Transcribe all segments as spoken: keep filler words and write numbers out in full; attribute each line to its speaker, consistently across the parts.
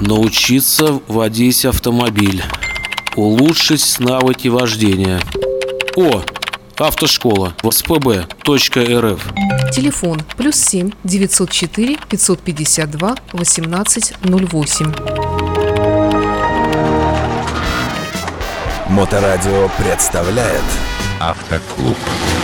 Speaker 1: Научиться водить автомобиль. Улучшить навыки вождения. О, автошкола. ВСПБ точка РФ.
Speaker 2: Телефон плюс семь девятьсот четыре пятьсот пятьдесят два восемнадцать ноль восемь.
Speaker 3: Моторадио представляет Автоклуб.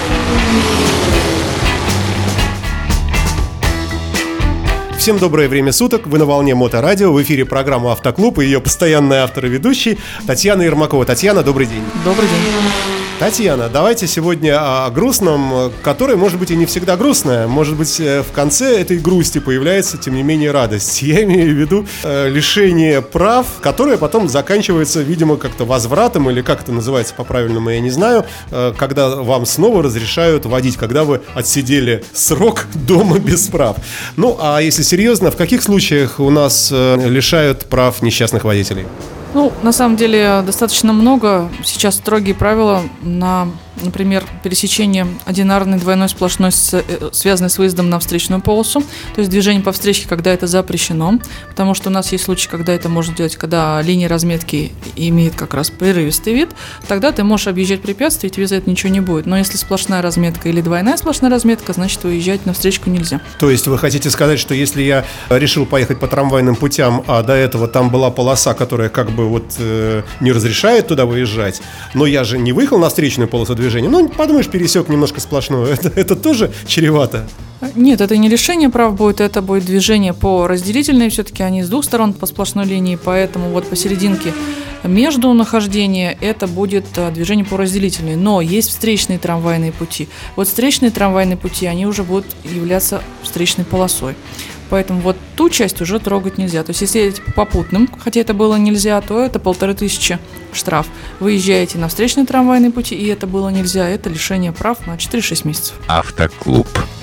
Speaker 4: Всем доброе время суток, вы на волне Моторадио, в эфире программа «Автоклуб» и ее постоянный автор и ведущий Татьяна Ермакова. Татьяна, добрый день.
Speaker 2: Добрый день. Татьяна,
Speaker 4: давайте сегодня о грустном, которое, может быть, и не всегда грустное. Может быть, в конце этой грусти появляется, тем не менее, радость. Я имею в виду э, лишение прав, которое потом заканчивается, видимо, как-то возвратом, или как это называется по-правильному, я не знаю, э, когда вам снова разрешают водить, когда вы отсидели срок дома без прав. Ну, а если серьезно, в каких случаях у нас э, лишают прав несчастных водителей?
Speaker 5: Ну, на самом деле, достаточно много. Сейчас строгие правила на, например, пересечение одинарной двойной сплошной, с, связанной с выездом на встречную полосу. То есть движение по встречке, когда это запрещено. Потому что у нас есть случаи, когда это можно делать, когда линия разметки имеет как раз прерывистый вид. Тогда ты можешь объезжать препятствия, и тебе за это ничего не будет. Но если сплошная разметка или двойная сплошная разметка, значит, выезжать на встречку нельзя.
Speaker 4: То есть вы хотите сказать, что если я решил поехать по трамвайным путям, а до этого там была полоса, которая как бы вот э, не разрешает туда выезжать, но я же не выехал на встречную полосу движения, ну, подумаешь, пересек немножко сплошную, это, это тоже чревато?
Speaker 5: Нет, это не лишение прав будет, это будет движение по разделительной, все-таки они с двух сторон по сплошной линии, поэтому вот посерединке между нахождения это будет движение по разделительной, но есть встречные трамвайные пути. Вот встречные трамвайные пути, они уже будут являться встречной полосой. Поэтому вот ту часть уже трогать нельзя. То есть, если едете по попутным, хотя это было нельзя, то это полторы тысячи штраф. Вы езжаете на встречные трамвайные пути, и это было нельзя. Это лишение прав на четыре-шесть месяцев.
Speaker 3: Автоклуб.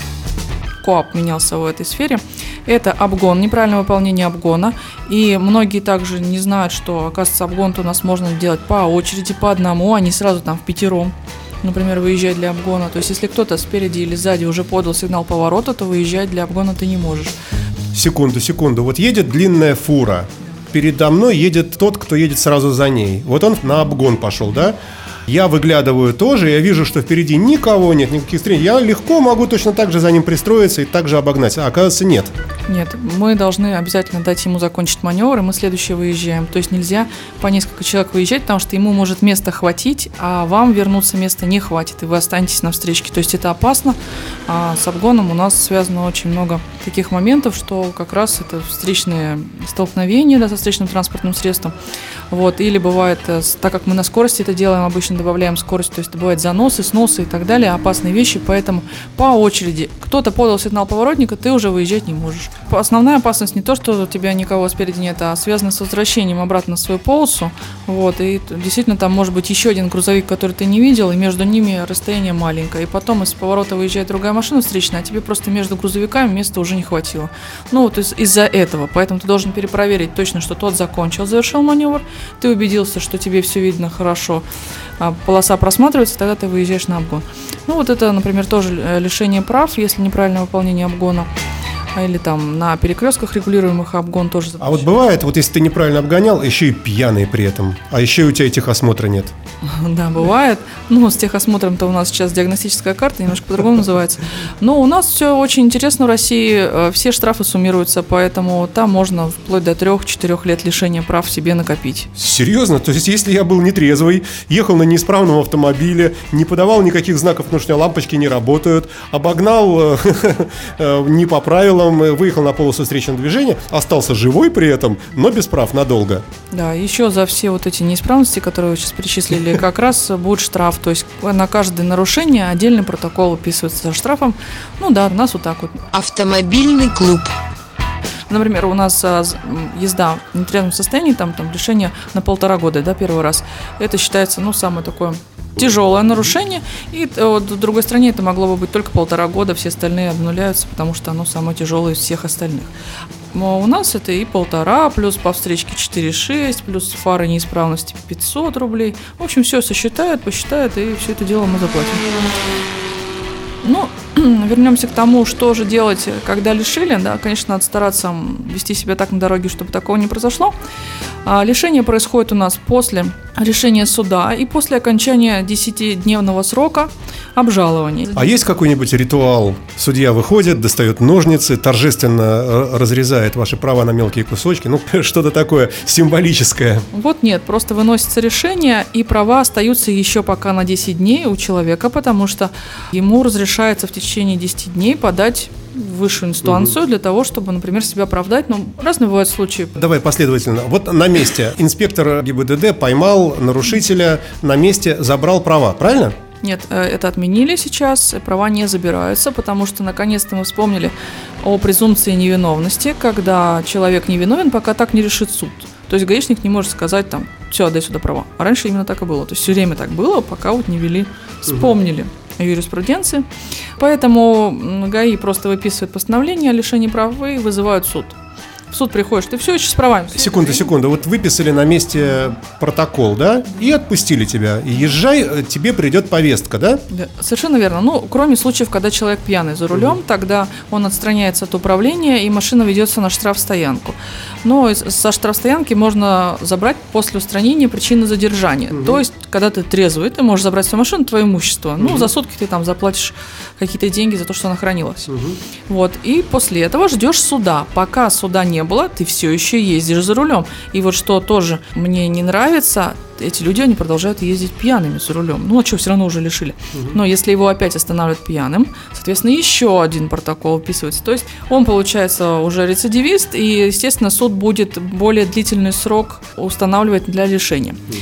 Speaker 5: КоАП менялся в этой сфере. Это обгон, неправильное выполнение обгона. И многие также не знают, что, оказывается, обгон-то у нас можно делать по очереди, по одному, а не сразу там в пятером. Например, выезжать для обгона. То есть, если кто-то спереди или сзади уже подал сигнал поворота, то выезжать для обгона ты не можешь.
Speaker 4: Секунду, секунду. Вот едет длинная фура. Передо мной едет тот, кто едет сразу за ней. Вот он на обгон пошел, да? Я выглядываю тоже, я вижу, что впереди никого нет, никаких встреч. Я легко могу точно так же за ним пристроиться и так же обогнать. А оказывается, нет.
Speaker 5: Нет, мы должны обязательно дать ему закончить маневр, и мы следующее выезжаем. То есть нельзя по несколько человек выезжать, потому что ему может места хватить, а вам вернуться места не хватит, и вы останетесь на встречке. То есть это опасно. А с обгоном у нас связано очень много таких моментов, что как раз это встречные столкновения, да, со встречным транспортным средством. Вот. Или бывает, так как мы на скорости это делаем, обычно добавляем скорость, то есть это бывают заносы, сносы и так далее, опасные вещи, поэтому по очереди кто-то подал сигнал поворотника, ты уже выезжать не можешь. Основная опасность не то, что у тебя никого спереди нет, а связана с возвращением обратно на свою полосу, вот, и действительно там может быть еще один грузовик, который ты не видел, и между ними расстояние маленькое, и потом из поворота выезжает другая машина встречная, а тебе просто между грузовиками места уже не хватило. Ну вот из- из-за этого, поэтому ты должен перепроверить точно, что тот закончил, завершил маневр, ты убедился, что тебе все видно хорошо, полоса просматривается, тогда ты выезжаешь на обгон. Ну вот это, например, тоже лишение прав, если неправильное выполнение обгона. Или там на перекрестках регулируемых обгон тоже запрещен.
Speaker 4: А вот бывает, вот если ты неправильно обгонял, еще и пьяный при этом, а еще и у тебя и техосмотра нет.
Speaker 5: Да, бывает. Ну, с техосмотром-то у нас сейчас диагностическая карта, немножко по-другому называется. Но у нас все очень интересно в России, все штрафы суммируются, поэтому там можно вплоть до трех-четырех лет лишения прав себе накопить.
Speaker 4: Серьезно? То есть, если я был нетрезвый, ехал на неисправном автомобиле, не подавал никаких знаков, потому что лампочки не работают, обогнал не по правилам, выехал на полосу встречного движения, остался живой при этом, но без прав надолго.
Speaker 5: Да, еще за все вот эти неисправности, которые вы сейчас перечислили, как раз будет штраф. То есть на каждое нарушение отдельный протокол выписывается со штрафом. Ну да, у нас вот так вот.
Speaker 2: Автомобильный клуб.
Speaker 5: Например, у нас а, езда в нетрезвом состоянии, там, там лишение на полтора года, да, первый раз. Это считается, ну, самое такое тяжелое нарушение. И вот, в другой стране это могло бы быть только полтора года, все остальные обнуляются, потому что оно самое тяжелое из всех остальных. Но у нас это и полтора, плюс по встречке четыре шесть, плюс фары неисправности пятьсот рублей. В общем, все сосчитают, посчитают, и все это дело мы заплатим. Ну, вернемся к тому, что же делать, когда лишили. Да, конечно, надо стараться вести себя так на дороге, чтобы такого не произошло. А лишение происходит у нас после решения суда и после окончания десятидневного срока обжалования.
Speaker 4: А есть какой-нибудь ритуал? Судья выходит, достает ножницы, торжественно разрезает ваши права на мелкие кусочки. Ну, что-то такое символическое.
Speaker 5: Вот нет, просто выносится решение, и права остаются еще пока на десять дней у человека, потому что ему разрешается в течение десяти дней подать в высшую инстанцию угу. для того, чтобы, например, себя оправдать. Ну, разные бывают случаи.
Speaker 4: Давай последовательно. Вот на месте инспектор ГИБДД поймал нарушителя, на месте забрал права, правильно?
Speaker 5: Нет, это отменили сейчас, права не забираются, потому что наконец-то мы вспомнили о презумпции невиновности, когда человек невиновен, пока так не решит суд. То есть гаишник не может сказать там, все, отдай сюда права. А раньше именно так и было. То есть все время так было, пока вот не ввели, вспомнили угу. о юриспруденции. Поэтому ГАИ просто выписывает постановление о лишении прав и вызывают суд. В суд приходишь, ты все еще с правами.
Speaker 4: Секунду, секунду. Вот выписали на месте протокол, да, и отпустили тебя. И езжай, тебе придет повестка, да?
Speaker 5: Да, совершенно верно. Ну, кроме случаев, когда человек пьяный за рулем, угу. тогда он отстраняется от управления, и машина ведется на штрафстоянку. Но со штрафстоянки можно забрать после устранения причины задержания. Угу. То есть, когда ты трезвый, ты можешь забрать свою машину, твое имущество. Угу. Ну, за сутки ты там заплатишь какие-то деньги за то, что она хранилась. Угу. Вот. И после этого ждешь суда. Пока суда не было, ты все еще ездишь за рулем. И вот что тоже мне не нравится, эти люди, они продолжают ездить пьяными за рулем. Ну, а что, все равно уже лишили. Угу. Но если его опять останавливают пьяным, соответственно, еще один протокол вписывается. То есть он, получается, уже рецидивист, и, естественно, суд будет более длительный срок устанавливать для лишения. Угу.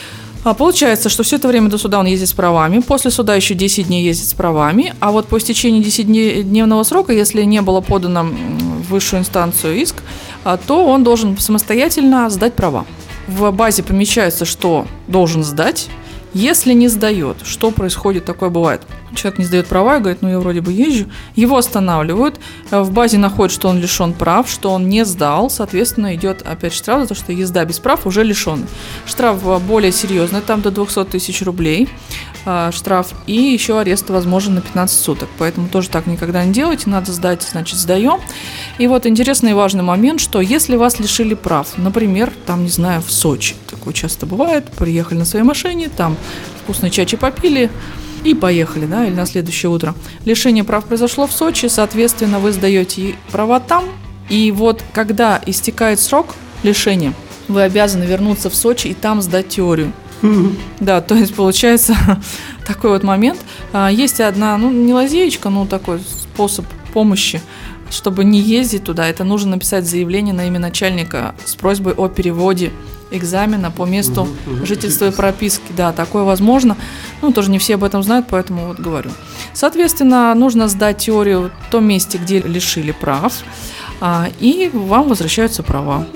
Speaker 5: А получается, что все это время до суда он ездит с правами, после суда еще десять дней ездит с правами, а вот по истечении десятидневного срока, если не было подано в высшую инстанцию иск, то он должен самостоятельно сдать права. В базе помечается, что должен сдать. Если не сдает, что происходит, такое бывает. Человек не сдает права и говорит, ну я вроде бы езжу. Его останавливают, в базе находят, что он лишен прав, что он не сдал, соответственно, идет опять штраф за то, что езда без прав уже лишен. Штраф более серьезный, там до двести тысяч рублей штраф, и еще арест возможен на пятнадцать суток. Поэтому тоже так никогда не делайте, надо сдать, значит, сдаем. И вот интересный и важный момент, что если вас лишили прав, например, там, не знаю, в Сочи, такое часто бывает, приехали на своей машине, там вкусный чачи попили и поехали, да, или на следующее утро. Лишение прав произошло в Сочи, соответственно, вы сдаете права там, и вот когда истекает срок лишения, вы обязаны вернуться в Сочи и там сдать теорию. Mm-hmm. Да, то есть получается такой вот момент. Есть одна, ну, не лазеечка, но такой способ помощи, чтобы не ездить туда. Это нужно написать заявление на имя начальника с просьбой о переводе экзамена по месту угу, угу, жительства и прописки. Да, такое возможно. Ну, тоже не все об этом знают, поэтому вот говорю. Соответственно, нужно сдать теорию в том месте, где лишили прав, а, и вам возвращаются права.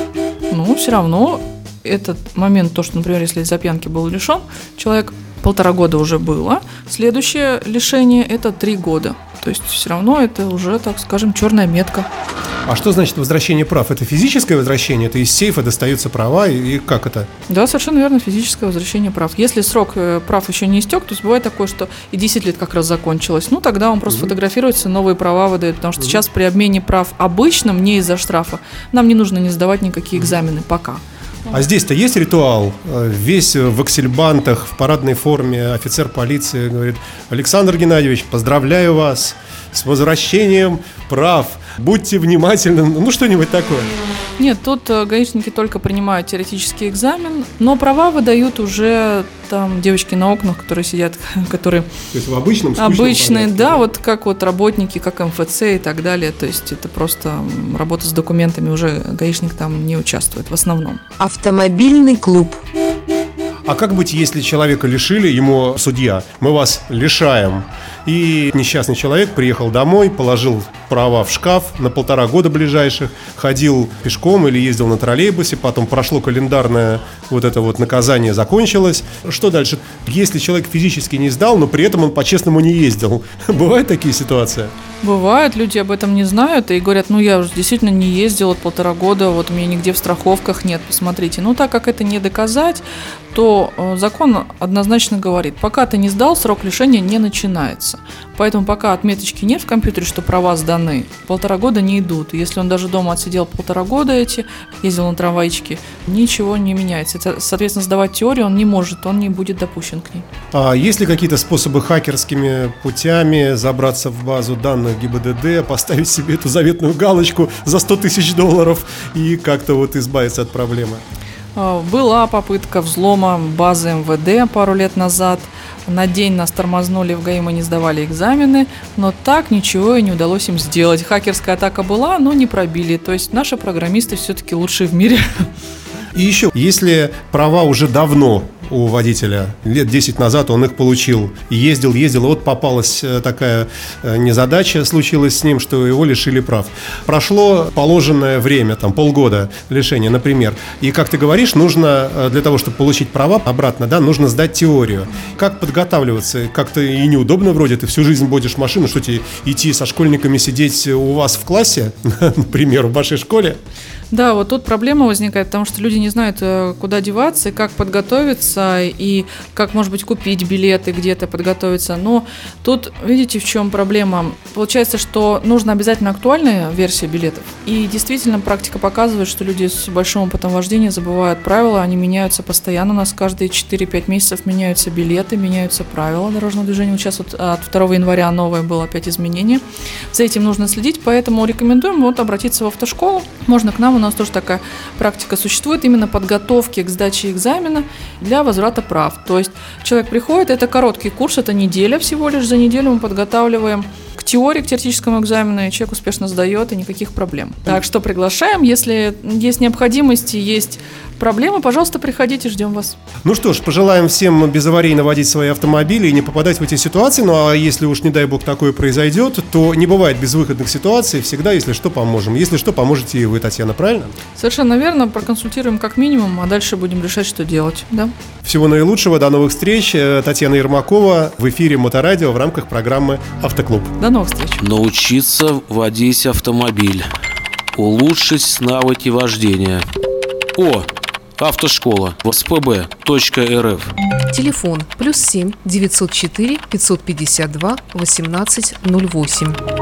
Speaker 5: Ну, все равно этот момент, то, что, например, если из-за пьянки был лишен, человек полтора года уже было, следующее лишение – это три года. То есть все равно это уже, так скажем, черная метка.
Speaker 4: А что значит возвращение прав? Это физическое возвращение? Это из сейфа достаются права? И, и как это?
Speaker 5: Да, совершенно верно, физическое возвращение прав. Если срок прав еще не истек, то есть бывает такое, что и десять лет как раз закончилось, ну тогда он просто угу. фотографируется, новые права выдает, потому что угу. сейчас при обмене прав обычным, не из-за штрафа, нам не нужно не сдавать никакие экзамены пока.
Speaker 4: А здесь-то есть ритуал? Весь в аксельбантах, в парадной форме офицер полиции говорит: Александр Геннадьевич, поздравляю вас с возвращением прав. Будьте внимательны. Ну, что-нибудь такое.
Speaker 5: Нет, тут гаишники только принимают теоретический экзамен, но права выдают уже там девочки на окнах, которые сидят, которые...
Speaker 4: То есть в обычном
Speaker 5: Обычные,
Speaker 4: порядке,
Speaker 5: да, да, вот как вот работники, как эм эф цэ и так далее. То есть это просто работа с документами, уже гаишник там не участвует в основном.
Speaker 6: Автомобильный клуб.
Speaker 4: А как быть, если человека лишили, ему судья, мы вас лишаем, и несчастный человек приехал домой, положил права в шкаф на полтора года ближайших, ходил пешком или ездил на троллейбусе, потом прошло календарное вот это вот наказание, закончилось. Что дальше? Если человек физически не сдал, но при этом он по-честному не ездил, бывают такие ситуации?
Speaker 5: Бывает, люди об этом не знают и говорят, ну я уже действительно не ездил вот полтора года, вот у меня нигде в страховках нет, посмотрите. Ну так как это не доказать, то закон однозначно говорит, пока ты не сдал, срок лишения не начинается. Поэтому пока отметочки нет в компьютере, что права сданы, полтора года не идут. Если он даже дома отсидел полтора года эти, ездил на трамвайчике, ничего не меняется. Это, соответственно, сдавать теорию он не может, он не будет допущен к ней.
Speaker 4: А есть ли какие-то способы хакерскими путями забраться в базу данных ГИБДД, поставить себе эту заветную галочку за сто тысяч долларов и как-то вот избавиться от проблемы?
Speaker 5: Была попытка взлома базы эм вэ дэ пару лет назад. На день нас тормознули, в ГАИ мы не сдавали экзамены, но так ничего и не удалось им сделать. Хакерская атака была, но не пробили. То есть наши программисты все-таки лучшие в мире.
Speaker 4: И еще, если права уже давно у водителя, лет десять назад он их получил, ездил, ездил, вот попалась такая незадача, случилась с ним, что его лишили прав. Прошло положенное время, там полгода лишения, например, и, как ты говоришь, нужно для того, чтобы получить права обратно, да, нужно сдать теорию. Как подготавливаться? Как-то и неудобно вроде, ты всю жизнь водишь машину, что тебе идти со школьниками сидеть у вас в классе, например, в вашей школе?
Speaker 5: Да, вот тут проблема возникает, потому что люди не знают, куда деваться, и как подготовиться, и как, может быть, купить билеты, где-то подготовиться. Но тут, видите, в чем проблема? Получается, что нужно обязательно актуальная версия билетов. И действительно, практика показывает, что люди с большим опытом вождения забывают правила, они меняются постоянно. У нас каждые четыре-пять месяцев меняются билеты, меняются правила дорожного движения. Вот сейчас вот от второго января новое было опять изменение. За этим нужно следить, поэтому рекомендуем вот обратиться в автошколу. Можно к нам, у нас тоже такая практика существует, именно подготовки к сдаче экзамена для возврата прав. То есть человек приходит, это короткий курс, это неделя всего лишь, за неделю мы подготавливаем к теории, к теоретическому экзамену, и человек успешно сдает, и никаких проблем. Так что приглашаем, если есть необходимость, есть проблемы, пожалуйста, приходите, ждем вас.
Speaker 4: Ну что ж, пожелаем всем безаварийно водить свои автомобили и не попадать в эти ситуации. Ну а если уж, не дай бог, такое произойдет, то не бывает безвыходных ситуаций. Всегда, если что, поможем. Если что, поможете и вы, Татьяна, правильно?
Speaker 5: Совершенно верно, проконсультируем как минимум, а дальше будем решать, что делать. Да?
Speaker 4: Всего наилучшего, до новых встреч. Татьяна Ермакова в эфире Моторадио в рамках программы «Автоклуб».
Speaker 5: До новых встреч.
Speaker 1: Научиться водить автомобиль. Улучшить навыки вождения. О! Автошкола. вэ эс пэ бэ точка эр эф.
Speaker 2: Телефон плюс семь девятьсот четыре пятьсот пятьдесят два восемнадцать ноль восемь.